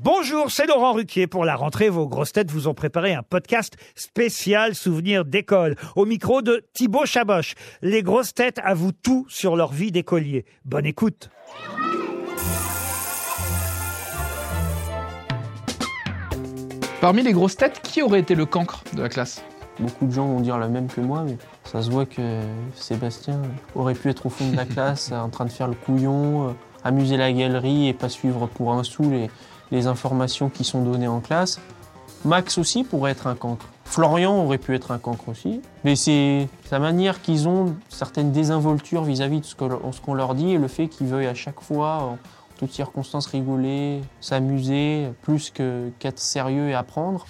Bonjour, c'est Laurent Ruquier. Pour la rentrée, vos grosses têtes vous ont préparé un podcast spécial souvenirs d'école. Au micro de Thibaut Chaboch. Les grosses têtes avouent tout sur leur vie d'écolier. Bonne écoute. Parmi les grosses têtes, qui aurait été le cancre de la classe ? Beaucoup de gens vont dire la même que moi, mais ça se voit que Sébastien aurait pu être au fond de la classe en train de faire le couillon, amuser la galerie et pas suivre pour un sou les informations qui sont données en classe. Max aussi pourrait être un cancre. Florian aurait pu être un cancre aussi. Mais c'est sa manière qu'ils ont, certaines désinvoltures vis-à-vis de ce qu'on leur dit et le fait qu'ils veuillent à chaque fois, en toutes circonstances, rigoler, s'amuser, plus qu'être sérieux et apprendre.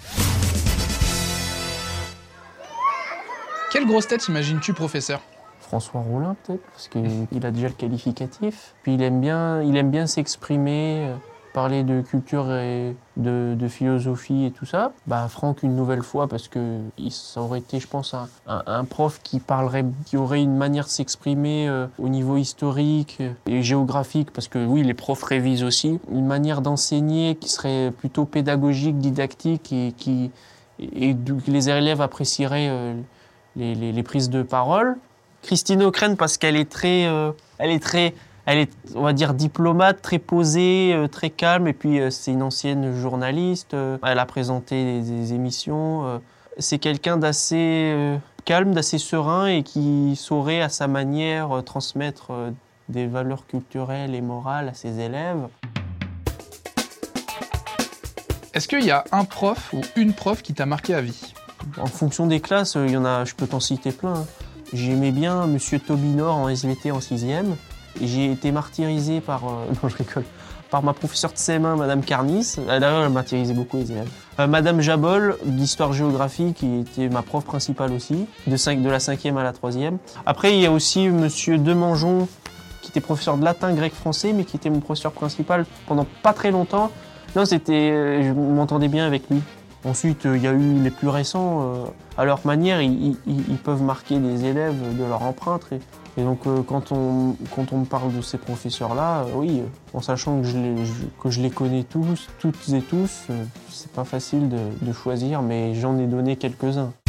Quelle grosse tête imagines-tu professeur ? François Rollin peut-être, parce qu'il a déjà le qualificatif. Puis il aime bien s'exprimer, parler de culture et de philosophie et tout ça. Franck une nouvelle fois, parce que ça aurait été, je pense, un prof qui aurait une manière de s'exprimer au niveau historique et géographique, parce que oui, les profs révisent aussi. Une manière d'enseigner qui serait plutôt pédagogique, didactique et que les élèves apprécieraient les prises de parole. Christine O'Krent, parce qu'elle est on va dire, diplomate, très posée, très calme. Et puis, c'est une ancienne journaliste. Elle a présenté des émissions. C'est quelqu'un d'assez calme, d'assez serein et qui saurait, à sa manière, transmettre des valeurs culturelles et morales à ses élèves. Est-ce qu'il y a un prof ou une prof qui t'a marqué à vie ? En fonction des classes, il y en a, je peux t'en citer plein. J'aimais bien Monsieur Tobinor en SVT en 6e. J'ai été martyrisé par ma professeure de CM1, Madame Carnis. D'ailleurs, elle martyrisait beaucoup les élèves. Madame Jabol, d'histoire-géographie, qui était ma prof principale aussi, de la 5e à la 3e. Après, il y a aussi Monsieur Demangeon, qui était professeur de latin, grec, français, mais qui était mon professeur principal pendant pas très longtemps. Non, je m'entendais bien avec lui. Ensuite, il y a eu les plus récents. À leur manière, ils peuvent marquer des élèves de leur empreinte. Et donc, quand on me parle de ces professeurs-là, oui, en sachant que je les connais toutes et tous, c'est pas facile de choisir, mais j'en ai donné quelques-uns.